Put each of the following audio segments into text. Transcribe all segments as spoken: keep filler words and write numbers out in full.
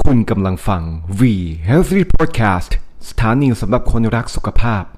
คุณกำลังฟัง V Healthy Podcast สถานีสำหรับคนรักสุขภาพ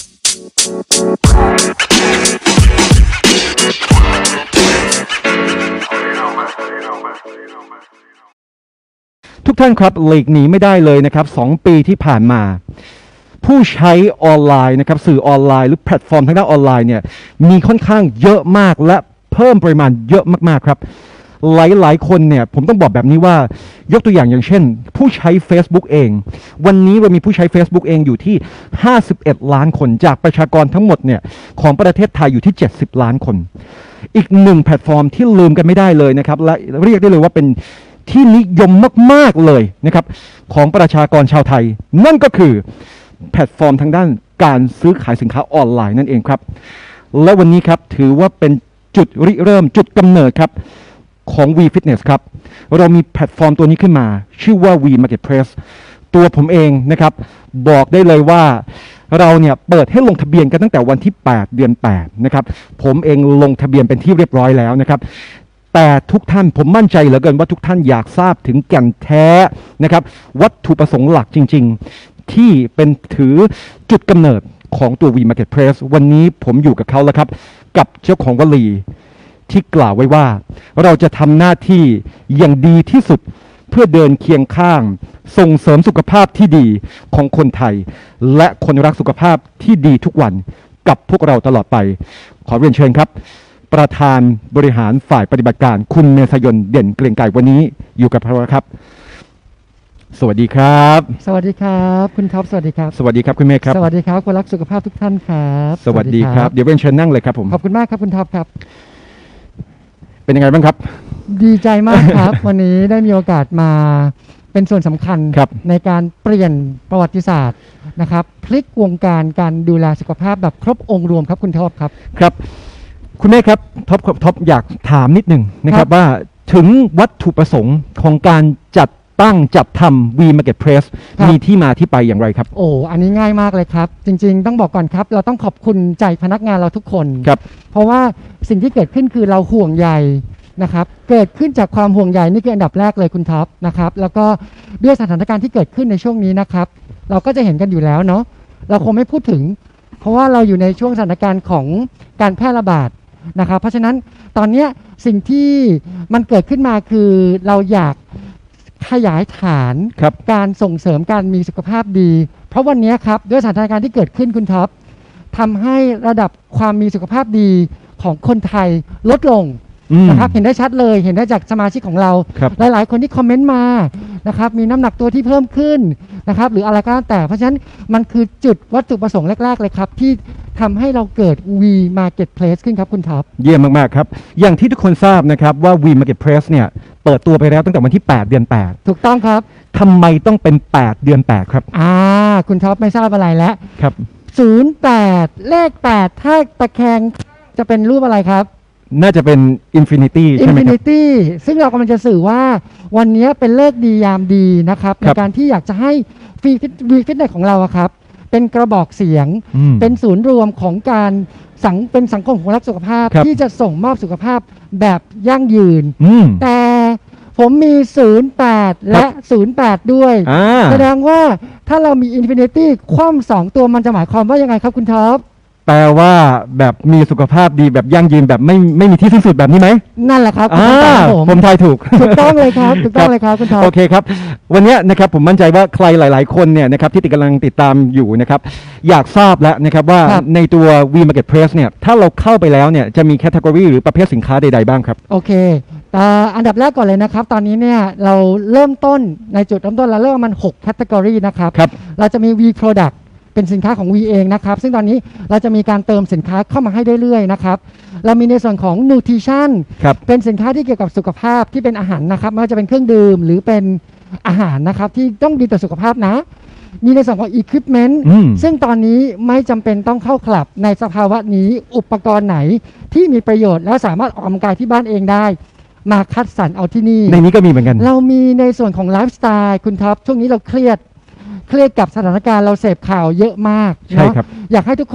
ทุกท่านครับหลีกหนีไม่ได้เลยนะครับสองปีที่ผ่านมาผู้ใช้ออนไลน์นะครับสื่อออนไลน์หรือแพลตฟอร์มทางด้านออนไลน์เนี่ยมีค่อนข้างเยอะมากและเพิ่มปริมาณเยอะมากๆครับหลายๆคนเนี่ยผมต้องบอกแบบนี้ว่ายกตัวอย่างอย่างเช่นผู้ใช้ Facebook เองวันนี้เรามีผู้ใช้ Facebook เองอยู่ที่ห้าสิบเอ็ดล้านคนจากประชากรทั้งหมดเนี่ยของประเทศไทยอยู่ที่เจ็ดสิบล้านคนอีกหนึ่งแพลตฟอร์มที่ลืมกันไม่ได้เลยนะครับและเรียกได้เลยว่าเป็นที่นิยมมากๆเลยนะครับของประชากรชาวไทยนั่นก็คือแพลตฟอร์มทางด้านการซื้อขายสินค้าออนไลน์นั่นเองครับและวันนี้ครับถือว่าเป็นจุดริเริ่มจุดกำเนิดครับของ V Fitness ครับเรามีแพลตฟอร์มตัวนี้ขึ้นมาชื่อว่า V Marketplace ตัวผมเองนะครับบอกได้เลยว่าเราเนี่ยเปิดให้ลงทะเบียนกันตั้งแต่วันที่แปดเดือนแปดนะครับผมเองลงทะเบียนเป็นที่เรียบร้อยแล้วนะครับแต่ทุกท่านผมมั่นใจเหลือเกินว่าทุกท่านอยากทราบถึงแก่นแท้นะครับวัตถุประสงค์หลักจริงๆที่เป็นถือจุดกำเนิดของตัว V Marketplace วันนี้ผมอยู่กับเขาแล้วครับกับเจ้าของวลีที่กล่าวไว้ว่าเราจะทำหน้าที่อย่างดีที่สุดเพื่อเดินเคียงข้างส่งเสริมสุขภาพที่ดีของคนไทยและคนรักสุขภาพที่ดีทุกวันกับพวกเราตลอดไปขอเรียนเชิญครับประธานบริหารฝ่ายปฏิบัติการคุณเมษายนเด่นเกรียงไกรวันนี้อยู่กับเราครับสวัสดีครับสวัสดีครับคุณท็อปสวัสดีครับสวัสดีครับคุณเมฆครับสวัสดีครับคนรักสุขภาพทุกท่านครับสวัสดีครับเดี๋ยวเรียนเชิญนั่งเลยครับผมขอบคุณมากครับคุณท็อปครับเป็นยังไงบ้างครับดีใจมากครับ วันนี้ได้มีโอกาสมาเป็นส่วนสำคัญในการเปลี่ยนประวัติศาสตร์นะครับพลิกวงการการดูแลสุขภาพแบบครบองค์รวมครับคุณท็อปครับครับคุณเมฆครับท็อปท็อปอยากถามนิดหนึ่งนะครับว่าถึงวัตถุประสงค์ของการจัดตั้งจัดทำ V Marketplace มีที่มาที่ไปอย่างไรครับโอ้อันนี้ง่ายมากเลยครับจริงๆต้องบอกก่อนครับเราต้องขอบคุณใจพนักงานเราทุกคนครับเพราะว่าสิ่งที่เกิดขึ้นคือเราห่วงใยนะครับเกิดขึ้นจากความห่วงใยนี่คืออันดับแรกเลยคุณท็อปนะครับแล้วก็ด้วยสถานการณ์ที่เกิดขึ้นในช่วงนี้นะครับเราก็จะเห็นกันอยู่แล้วเนาะเราคงไม่พูดถึงเพราะว่าเราอยู่ในช่วงสถานการณ์ของการแพร่ระบาดนะครับเพราะฉะนั้นตอนนี้สิ่งที่มันเกิดขึ้นมาคือเราอยากขยายฐานการส่งเสริมการมีสุขภาพดีเพราะวันนี้ครับด้วยสถานการณ์ที่เกิดขึ้นคุณท็อปทำให้ระดับความมีสุขภาพดีของคนไทยลดลงนะครับเห็นได้ชัดเลยเห็นได้จากสมาชิกของเราหลายๆคนที่คอมเมนต์มานะครับมีน้ำหนักตัวที่เพิ่มขึ้นนะครับหรืออะไรก็แล้วแต่เพราะฉะนั้นมันคือจุดวัตถุประสงค์แรกๆเลยครับที่ทำให้เราเกิด V Marketplace ขึ้นครับคุณท็อปเยี่ยมมากๆครับอย่างที่ทุกคนทราบนะครับว่า V Marketplace เนี่ยเปิดตัวไปแล้วตั้งแต่วันที่แปดเดือนแปดถูกต้องครับทำไมต้องเป็นแปดเดือนแปดครับอ่าคุณท็อปไม่ทราบอะไรแล้วครับศูนย์ แปดเลขแปดถ้าตะแคงจะเป็นรูปอะไรครับน่าจะเป็น Infinity ใช่ไหมครับ Infinity ซึ่งเรากำลังจะสื่อว่าวันนี้เป็นเลิกดียามดีนะครับในการที่อยากจะให้ V Fitness ของเราครับเป็นกระบอกเสียงเป็นศูนย์รวมของการสังเป็นสังคมของรักสุขภาพที่จะส่งมอบสุขภาพแบบยั่งยืนแต่ผมมีศูนย์ แปดและศูนย์ แปดด้วยแสดงว่าถ้าเรามี Infinity คว่ำสองตัวมันจะหมายความว่ายังไงครับคุณท็อปแปลว่าแบบมีสุขภาพดีแบบยั่งยืนแบบไม่ไม่มีที่สิ้นสุดแบบนี้ไหมนั่นแหละครับผมผมทายถูกถูกต้องเลยครับถูกต้องเลยครับคุณท็อปโอเคครับวันนี้นะครับผมมั่นใจว่าใครหลายๆคนเนี่ยนะครับที่ติดกำลังติดตามอยู่นะครับอยากทราบแล้วนะครับว่าในตัว V Marketplace เนี่ยถ้าเราเข้าไปแล้วเนี่ยจะมีแคตตากรีหรือประเภทสินค้าใดๆบ้างครับโอเคอันดับแรกก่อนเลยนะครับตอนนี้เนี่ยเราเริ่มต้นในจุดเริ่มต้นเราเริ่มมันหกแคตตากรีนะครับเราจะมี V Productเป็นสินค้าของ V เองนะครับซึ่งตอนนี้เราจะมีการเติมสินค้าเข้ามาให้เรื่อยๆนะครับเรามีในส่วนของ Nutrition เป็นสินค้าที่เกี่ยวกับสุขภาพที่เป็นอาหารนะครับไม่ว่าจะเป็นเครื่องดื่มหรือเป็นอาหารนะครับที่ต้องดีต่อสุขภาพนะมีในส่วนของ Equipment ซึ่งตอนนี้ไม่จำเป็นต้องเข้าคลับในสภาวะนี้อุปกรณ์ไหนที่มีประโยชน์และสามารถออกกำลังกายที่บ้านเองได้มาคัดสรรเอาที่นี่ในนี้ก็มีเหมือนกันเรามีในส่วนของไลฟ์สไตล์คุณท็อปช่วงนี้เราเครียดเครียดกับสถานการณ์เราเสพข่าวเยอะมากใช่ครับอยากให้ทุกคน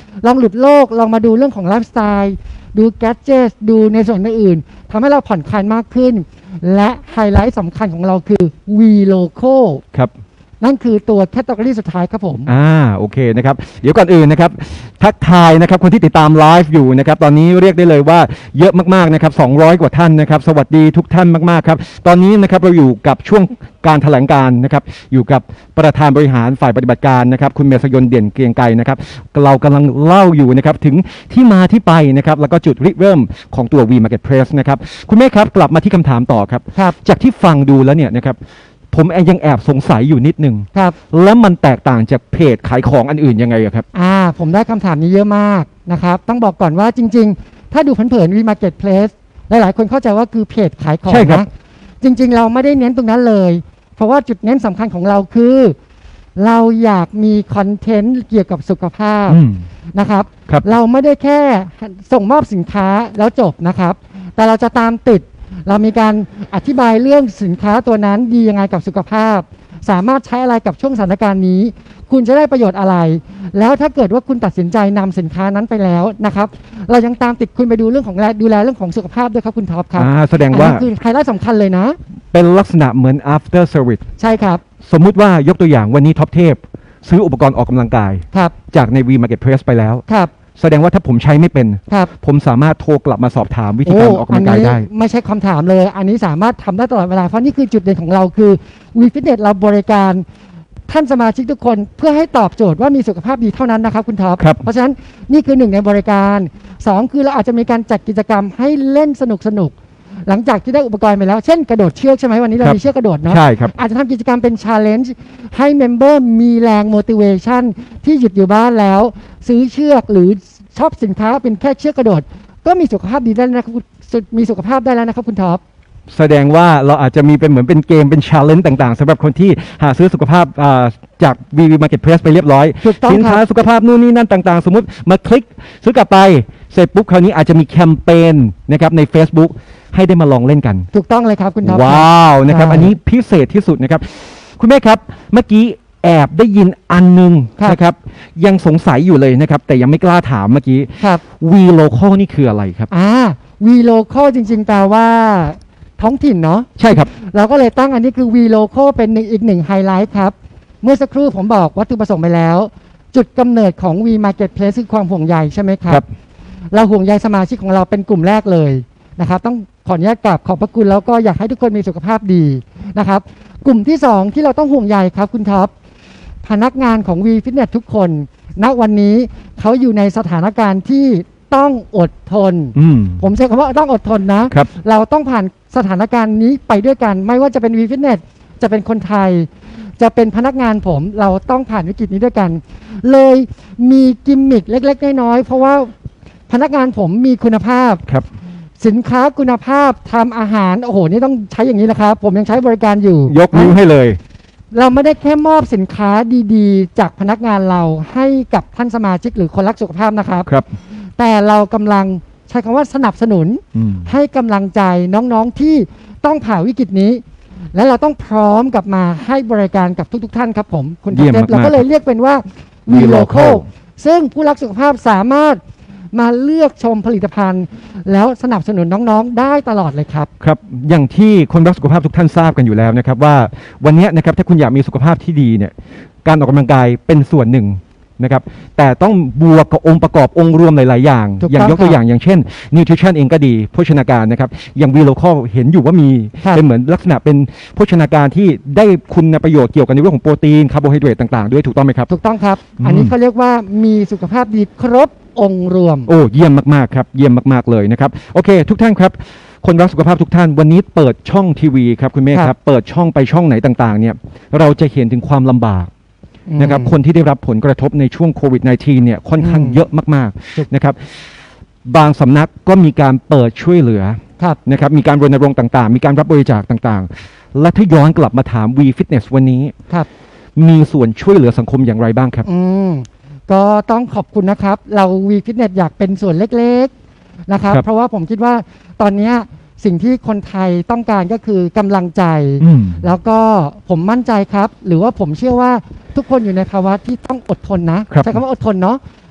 ลองหลุดโลกลองมาดูเรื่องของไลฟ์สไตล์ดูแกดเจตดูในส่วนอื่นๆทำให้เราผ่อนคลายมากขึ้นและไฮไลท์สำคัญของเราคือ V Loco ครับนั่นคือตัวแคตตากรีสุดท้ายครับผมอ่าโอเคนะครับเดี๋ยวก่อนอื่นนะครับทักทายนะครับคนที่ติดตามไลฟ์อยู่นะครับตอนนี้เรียกได้เลยว่าเยอะมากๆนะครับสองร้อยกว่าท่านนะครับสวัสดีทุกท่านมากๆครับตอนนี้นะครับเราอยู่กับช่วงการแถลงการนะครับอยู่กับประธานบริหารฝ่ายปฏิบัติการนะครับคุณเมษยนต์เด่นเกรียงไกรนะครับเรากำลังเล่าอยู่นะครับถึงที่มาที่ไปนะครับแล้วก็จุดริเริ่มของตัว V Marketplace นะครับคุณเมฆครับกลับมาที่คำถามต่อครับจากที่ฟังดูแล้วเนี่ยนะครับผมเองยังแอบสงสัยอยู่นิดนึงครับแล้วมันแตกต่างจากเพจขายของอันอื่นยังไงครับอ่าผมได้คำถามนี้เยอะมากนะครับต้องบอกก่อนว่าจริงๆถ้าดูเผินๆ V Marketplace หลายๆคนเข้าใจว่าคือเพจขายของนะจริงๆเราไม่ได้เน้นตรงนั้นเลยเพราะว่าจุดเน้นสำคัญของเราคือเราอยากมีคอนเทนต์เกี่ยวกับสุขภาพนะครับรบเราไม่ได้แค่ส่งมอบสินค้าแล้วจบนะครับแต่เราจะตามติดเรามีการอธิบายเรื่องสินค้าตัวนั้นดียังไงกับสุขภาพสามารถใช้อะไรกับช่วงสถานการณ์นี้คุณจะได้ประโยชน์อะไรแล้วถ้าเกิดว่าคุณตัดสินใจนำสินค้านั้นไปแล้วนะครับเรายังตามติดคุณไปดูเรื่องของดูแลเรื่องของสุขภาพด้วยครับคุณท็อปครับแสดงว่าคือไฮไลท์สำคัญเลยนะเป็นลักษณะเหมือน after service ใช่ครับสมมุติว่ายกตัวอย่างวันนี้ท็อปเทพซื้ออุปกรณ์ออกกำลังกายจากใน V Marketplace ไปแล้วแสดงว่าถ้าผมใช้ไม่เป็นผมสามารถโทรกลับมาสอบถามวิธีการออกกำลังกายได้ไม่ใช่คำถามเลยอันนี้สามารถทำได้ตลอดเวลาเพราะนี่คือจุดเด่นของเราคือ V Fitness เราบริการท่านสมาชิกทุกคนเพื่อให้ตอบโจทย์ว่ามีสุขภาพดีเท่านั้นนะครับคุณท็อปเพราะฉะนั้นนี่คือหนึ่งในบริการสองคือเราอาจจะมีการจัดกิจกรรมให้เล่นสนุกสนุกหลังจากที่ได้อุปกรณ์ไปแล้วเช่นกระโดดเชือกใช่ไหมวันนี้เรามีเชือกกระโดดเนาะใช่ครับอาจจะทำกิจกรรมเป็น challenge ให้เมมเบอร์มีแรง motivation ที่หยุดอยู่บ้านแล้วซื้อเชือกหรือชอบสินค้าเป็นแค่เชือกกระโดดก็มีสุขภาพดีได้นะครับมีสุขภาพได้แล้วนะครับคุณท็อปแสดงว่าเราอาจจะมีเป็นเหมือนเป็นเกมเป็น challenge ต่างๆสำหรับคนที่หาซื้อสุขภาพจาก V Marketplace ไปเรียบร้อยสินค้าสุขภาพนู่นนี่นั่นต่างๆสมมุติมาคลิกซื้อกลับไปเสร็จปุ๊บคราวนี้อาจจะมีแคมเปญนะครับใน Facebook ให้ได้มาลองเล่นกันถูกต้องเลยครับคุณท็อปว้าวนะครับอันนี้พิเศษที่สุดนะครับคุณแม่ครับเมื่อกี้แอบได้ยินอันนึงนะครับยังสงสัยอยู่เลยนะครับแต่ยังไม่กล้าถามเมื่อกี้ V Local นี่คืออะไรครับอ่า V Local จริงๆแปลว่าท้องถิ่นเนาะใช่ครับเราก็เลยตั้งอันนี้คือ V Local เป็นอีกหนึ่งไฮไลท์ครับเมื่อสักครู่ผมบอกวัตถุประสงค์ไปแล้วจุดกำเนิดของ V Marketplace คือความห่วงใยใช่ไหมครับเราห่วงใยสมาชิกของเราเป็นกลุ่มแรกเลยนะครับต้องขออนุญาตกราบขอบพระคุณแล้วก็อยากให้ทุกคนมีสุขภาพดีนะครับกลุ่มที่สองที่เราต้องห่วงใยครับคุณท็อปพนักงานของ V Fitness ทุกคนณวันนี้เขาอยู่ในสถานการณ์ที่ต้องอดทนผมใช้คำว่าต้องอดทนนะเราต้องผ่านสถานการณ์นี้ไปด้วยกันไม่ว่าจะเป็น V Fitness จะเป็นคนไทยจะเป็นพนักงานผมเราต้องผ่านวิกฤตนี้ด้วยกันเลยมีกิมมิคเล็กๆน้อยๆเพราะว่าพนักงานผมมีคุณภาพสินค้าคุณภาพทำอาหารโอ้โหนี่ต้องใช้อย่างนี้นะครับผมยังใช้บริการอยู่ยกนิ้วให้เลยเราไม่ได้แค่มอบสินค้าดีๆจากพนักงานเราให้กับท่านสมาชิกหรือคนรักสุขภาพนะครับครับแต่เรากำลังใช้คำว่าสนับสนุนให้กำลังใจน้องๆที่ต้องผ่าวิกฤตนี้และเราต้องพร้อมกับมาให้บริการกับทุกๆท่านครับผมคุณท็อปเทปเราก็เลยเรียกเป็นว่า V Local ซึ่งผู้รักสุขภาพสามารถมาเลือกชมผลิตภัณฑ์แล้วสนับสนุนน้องๆได้ตลอดเลยครับครับอย่างที่คนรักสุขภาพทุกท่านทราบกันอยู่แล้วนะครับว่าวันนี้นะครับถ้าคุณอยากมีสุขภาพที่ดีเนี่ยการออกกำลังกายเป็นส่วนหนึ่งนะครับแต่ต้องบวกกับองค์ประกอบองค์รวมหลายๆอย่างอย่างยกตัวอย่างอย่างเช่น nutrition เองก็ดีโภชนาการนะครับอย่าง V Local เห็นอยู่ว่ามีเป็นเหมือนลักษณะเป็นโภชนาการที่ได้คุณประโยชน์เกี่ยวกับในเรื่องของโปรตีนคาร์โบไฮเดรตต่างๆด้วยถูกต้องไหมครับถูกต้องครับอันนี้เขาเรียกว่ามีสุขภาพดีครบองค์รวมโอ้เยี่ยมมากๆครับเยี่ยมมากๆเลยนะครับโอเคทุกท่านครับคนรักสุขภาพทุกท่านวันนี้เปิดช่องทีวีครับคุณเมฆครับเปิดช่องไปช่องไหนต่างๆเนี่ยเราจะเห็นถึงความลำบากนะครับคนที่ได้รับผลกระทบในช่วงโควิด สิบเก้า เนี่ยค่อนข้างเยอะมากๆนะครับบางสำนักก็มีการเปิดช่วยเหลือนะครับมีการรณรงค์ต่างๆมีการรับบริจาคต่างๆและถ้าย้อนกลับมาถาม V Fitness วันนี้มีส่วนช่วยเหลือสังคมอย่างไรบ้างครับก็ต้องขอบคุณนะครับเรา V Fitness อยากเป็นส่วนเล็กๆนะครับเพราะว่าผมคิดว่าตอนนี้สิ่งที่คนไทยต้องการก็คือกำลังใจแล้วก็ผมมั่นใจครับหรือว่าผมเชื่อว่าทุกคนอยู่ในภาวะที่ต้องอดทนนะใช้คำว่าอดทนเนาะ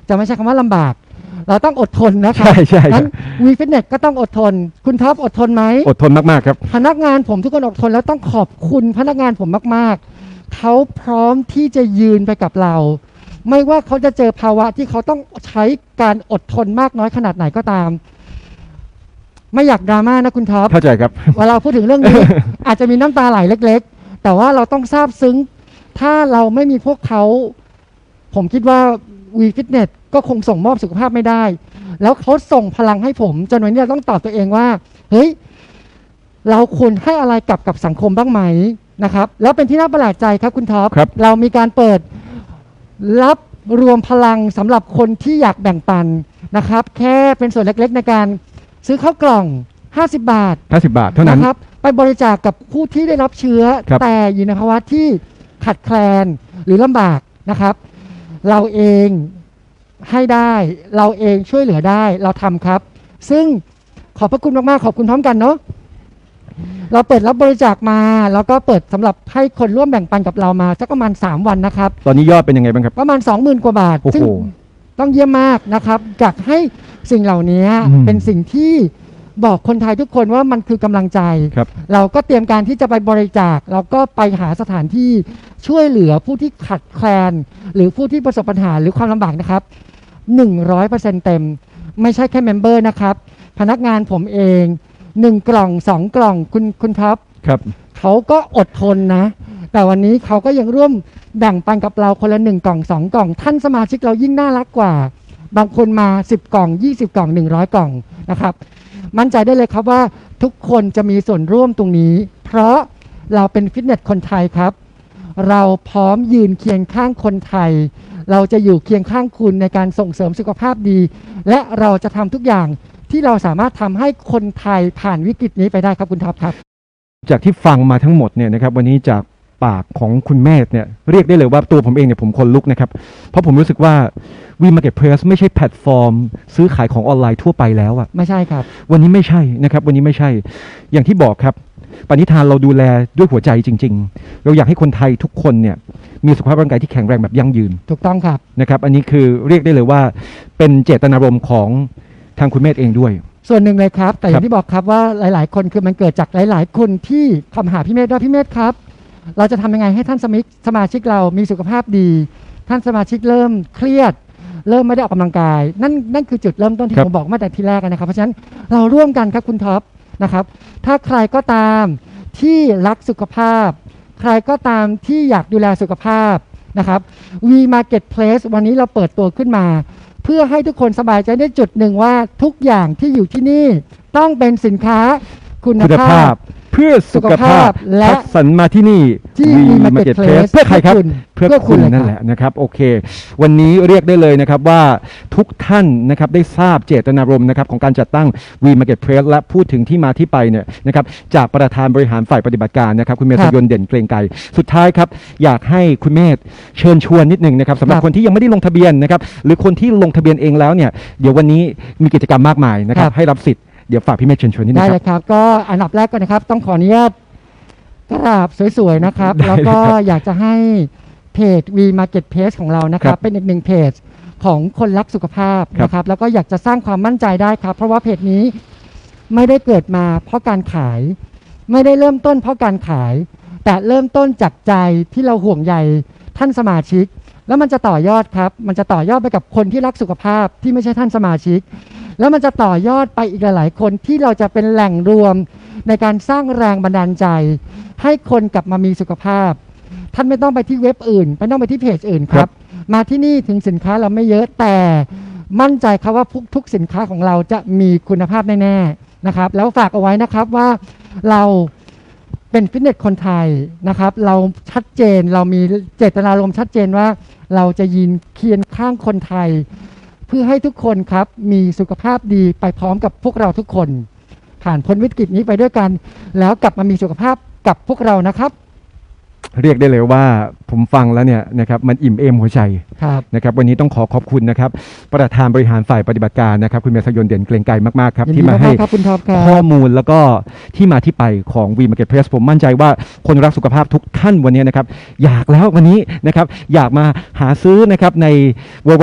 จะไม่ใช่คำว่าลำบากเราต้องอดทนนะคะใช่ใช่ครับนั้นวีฟิตเนสก็ต้องอดทนคุณท็อปอดทนไหมอดทนมากๆครับพนักงานผมทุกคนอดทนแล้วต้องขอบคุณพนักงานผมมากๆเขาพร้อมที่จะยืนไปกับเราไม่ว่าเขาจะเจอภาวะที่เขาต้องใช้การอดทนมากน้อยขนาดไหนก็ตามไม่อยากดราม่านะคุณท็อปเข้าใจครับเวลาพูดถึงเรื่องนี้ อาจจะมีน้ำตาไหลเล็กๆแต่ว่าเราต้องซาบซึ้งถ้าเราไม่มีพวกเขาผมคิดว่าวีฟิตเนสก็คงส่งมอบสุขภาพไม่ได้แล้วเขาส่งพลังให้ผมจนวันนี้เราต้องตอบตัวเองว่าเฮ้ยเราควรให้อะไรกลับกับสังคมบ้างไหมนะครับแล้วเป็นที่น่าประหลาดใจครับคุณท็อปครับเรามีการเปิดรับรวมพลังสำหรับคนที่อยากแบ่งปันนะครับแค่เป็นส่วนเล็กๆในการซื้อข้าวกล่องห้าสิบบาทห้าสิบบาทเท่านั้นนะครับไปบริจาค ก, กับผู้ที่ได้รับเชื้อครับแต่อยู่ในภาวะที่ขัดแคลนหรือลำบากนะครับเราเองให้ได้เราเองช่วยเหลือได้เราทำครับซึ่งขอบพระคุณมากๆขอบคุณพร้อมกันเนาะเราเปิดรับบริจาคมาแล้วก็เปิดสำหรับให้คนร่วมแบ่งปันกับเรามาสักประมาณสามวันนะครับตอนนี้ยอดเป็นยังไงบ้างครับประมาณ สองหมื่น กว่าบาทโอ้โหซึ่งต้องเยี่ยมมากนะครับอยากให้สิ่งเหล่านี้อืมเป็นสิ่งที่บอกคนไทยทุกคนว่ามันคือกำลังใจครับเราก็เตรียมการที่จะไปบริจาคเราก็ไปหาสถานที่ช่วยเหลือผู้ที่ขัดแคลนหรือผู้ที่ประสบปัญหาหรือความลำบากนะครับ หนึ่งร้อยเปอร์เซ็นต์ เต็มไม่ใช่แค่เมมเบอร์นะครับพนักงานผมเองหนึ่งกล่องสองกล่องคุณคุณท็อปครับเขาก็อดทนนะแต่วันนี้เขาก็ยังร่วมแบ่งปันกับเราคนละหนึ่งกล่องสองกล่องท่านสมาชิกเรายิ่งน่ารักกว่าบางคนมาสิบกล่องยี่สิบกล่องหนึ่งร้อยกล่องนะครับมั่นใจได้เลยครับว่าทุกคนจะมีส่วนร่วมตรงนี้เพราะเราเป็นฟิตเนสคนไทยครับเราพร้อมยืนเคียงข้างคนไทยเราจะอยู่เคียงข้างคุณในการส่งเสริมสุขภาพดีและเราจะทำทุกอย่างที่เราสามารถทำให้คนไทยผ่านวิกฤตนี้ไปได้ครับคุณท็อปครับจากที่ฟังมาทั้งหมดเนี่ยนะครับวันนี้จากปากของคุณแม่เนี่ยเรียกได้เลยว่าตัวผมเองเนี่ยผมคนลุกนะครับเพราะผมรู้สึกว่า วี Marketplace ไม่ใช่แพลตฟอร์มซื้อขายของออนไลน์ทั่วไปแล้วอะไม่ใช่ครับวันนี้ไม่ใช่นะครับวันนี้ไม่ใช่ อย่างที่บอกครับปณิธานเราดูแลด้วยหัวใจจริงๆเราอยากให้คนไทยทุกคนเนี่ยมีสุขภาพร่างกายที่แข็งแรงแบบยั่งยืนถูกต้องครับนะครับอันนี้คือเรียกได้เลยว่าเป็นเจตนารมณ์ของทางคุณเมธเองด้วยส่วนหนึ่งเลยครับแต่อครัย่าบงที่บอกครับว่าหลาย ๆ คนคือมันเกิดจากหลาย ๆ คนที่คำหาพี่เมธว่าพี่เมธครับเราจะทำยังไงให้ท่านสมิสมาชิกเรามีสุขภาพดี ท่านสมาชิกเริ่มเครียด เริ่มไม่ได้ออกกำลังกาย นั่นนั่นคือจุดเริ่มต้นที่ครับผมบอกมาแต่ทีแรกนะครับเพราะฉะนั้นเราร่วมกันครับคุณท็อปนะครับถ้าใครก็ตามที่รักสุขภาพ ใครก็ตามที่อยากดูแลสุขภาพนะครับ วี Marketplace วันนี้เราเปิดตัวขึ้นมา เพื่อให้ทุกคนสบายใจได้จุดหนึ่งว่าทุกอย่างที่อยู่ที่นี่ต้องเป็นสินค้าคุณคุณภาภาพพเพื่อสุขภาพและคัดสรรมาที่นี่ที่วีมี Marketplace Marketplace เพื่อใครครับเพื่เพื่ออคุคุณ ณเลยครับนั่นแหละนะครับโอเค วันนี้เรียกได้เลยนะครับว่าทุกท่านนะครับได้ทราบเจตนารมณ์นะครับของการจัดตั้ง วี Marketplace และพูดถึงที่มาที่ไปเนี่ยนะครับจากประธานบริหารฝ่ายปฏิบัติการนะครับคุณเมธยนต์เด่นเกรียงไกรสุดท้ายครับอยากให้คุณเมธเชิญชวนนิดหนึงนะครับสำหรับครับคนที่ยังไม่ได้ลงทะเบียนนะครับหรือคนที่ลงทะเบียนเองแล้วเนี่ยเดี๋ยววันนี้มีกิจกรรมมากมายนะครัครับ บให้รับสิทธิ์เดี๋ยวฝากพี่เมธเชิญชวนนิดนึได้งคเลรับยครับก็อันดับแรกก่อนนะครับ ต้องขออนุญาตกราบสวยๆนะครับได้เลยแล้วก็ครับอยากจะให้เพจ วี Marketplace ของเรานะคครัรับบเป็นอีกหนึ่งเพจของคนรักสุขภาพครับนะครับ แล้วก็อยากจะสร้างความมั่นใจได้ครับ เพราะว่าเพจนี้ไม่ได้เกิดมาเพราะการขาย ไม่ได้เริ่มต้นเพราะการขาย แต่เริ่มต้นจากใจที่เราห่วงใยท่านสมาชิก แล้วมันจะต่อยอดครับ มันจะต่อยอดไปกับคนที่รักสุขภาพที่ไม่ใช่ท่านสมาชิก แล้วมันจะต่อยอดไปอีกหลายๆคนที่เราจะเป็นแหล่งรวมในการสร้างแรงบันดาลใจ ให้คนกลับมามีสุขภาพ ท่านไม่ต้องไปที่เว็บอื่นไม่ต้องไปที่เพจอื่นคครัรับบมาที่นี่ถึงสินค้าเราไม่เยอะแต่มั่นใจครับว่าทุกทุกสินค้าของเราจะมีคุณภาพแน่ๆนะครับ แล้วฝากเอาไว้นะครับว่าเราเป็นฟิตเนสคนไทยนะครับ เราชัดเจนเรามีเจตนารมณ์ชัดเจนว่าเราจะยืนเคียงข้างคนไทย เพื่อให้ทุกคนครับมีสุขภาพดีไปพร้อมกับพวกเราทุกคน ผ่านพ้นวิกฤตนี้ไปด้วยกัน แล้วกลับมามีสุขภาพกับพวกเรานะครับเรียกได้เลยว่าผมฟังแล้วเนี่ยนะครับมันอิ่มเอมหัวใจครับนะครับวันนี้ต้องขอขอบคุณนะครับประธานบริหารฝ่ายปฏิบัติการนะครับคุณเมธยนต์เด่นเกรียงไกรมากๆครับยินดีที่มาให้มากๆครับคุณท็อปครับข้อมูลแล้วก็ที่มาที่ไปของ วี Marketplace ผมมั่นใจว่าคนรักสุขภาพทุกท่านวันนี้นะครับอยากแล้ววันนี้นะครับอยากมาหาซื้อนะครับใน ดับเบิลยู ดับเบิลยู ดับเบิลยู ดอท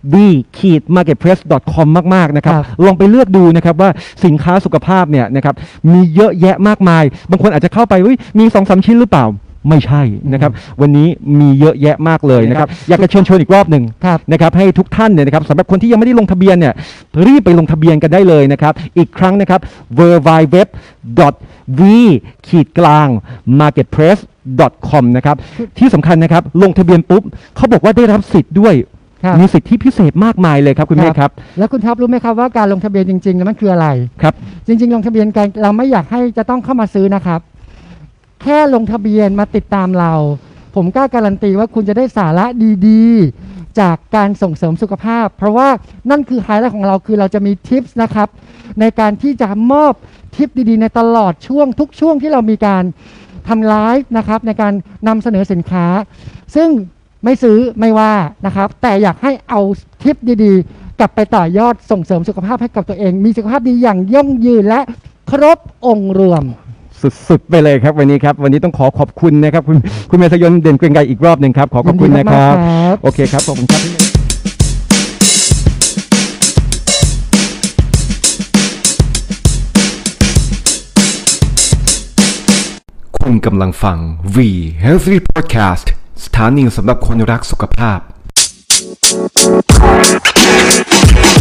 วี มาร์เก็ตเพลส ดอท คอม มากๆนะครับครับลองไปเลือกดูนะครับว่าสินค้าสุขภาพเนี่ยนะครับมีเยอะแยะมากมายบางคนอาจจะเข้าไปมี สองสาม ชิ้นหรือเปล่าไม่ใช่นะครับวันนี้มีเยอะแยะมากเลยนะครับอยากจะเชิญชวนอีกรอบหนึ่งครับนะครับให้ทุกท่านเนี่ยนะครับสำหรับคนที่ยังไม่ได้ลงทะเบียนเนี่ยรีบไปลงทะเบียนกันได้เลยนะครับอีกครั้งนะครับ ดับเบิลยู ดับเบิลยู ดับเบิลยู ดอท วี มาร์เก็ตเพลส ดอท คอม นะครับที่สำคัญนะครับลงทะเบียนปุ๊บเขาบอกว่าได้รับสิทธิ์ด้วยครับมีสิทธิพิเศษมากมายเลยครับคุณเมฆครับแล้วคุณท็อปรู้ไหมครับว่าการลงทะเบียนจริงๆแล้วมันคืออะไรครับจริงๆลงทะเบียนกันเราไม่อยากให้จะต้องเข้ามาซื้อนะครับ แค่ลงทะเบียนมาติดตามเรา ผมกล้าการันตีว่าคุณจะได้สาระดีๆ จากการส่งเสริมสุขภาพ เพราะว่านั่นคือไฮไลท์ของเราคือเราจะมีทิปส์นะครับในการที่จะมอบทิปดีๆ ในตลอดช่วงทุกช่วงที่เรามีการทำไลฟ์นะครับในการนำเสนอสินค้า ซึ่งไม่ซื้อไม่ว่านะครับแต่อยากให้เอาทิปดีๆ กลับไปต่อยอดส่งเสริมสุขภาพให้กับตัวเอง มีสุขภาพดีอย่างยั่งยืนและครบองค์รวมสุดๆไปเลยครับวันนี้ครับวันนี้ต้องขอขอบคุณนะครับคุณคุณเมษายนเด่นเกรียงไกรอีกรอบหนึ่งครับขอขอบคุณนะครับยินดีมากๆครับโอเคครับขอบคุณครับคุณกำลังฟัง V Healthy Podcast สถานีสำหรับคนรักสุขภาพ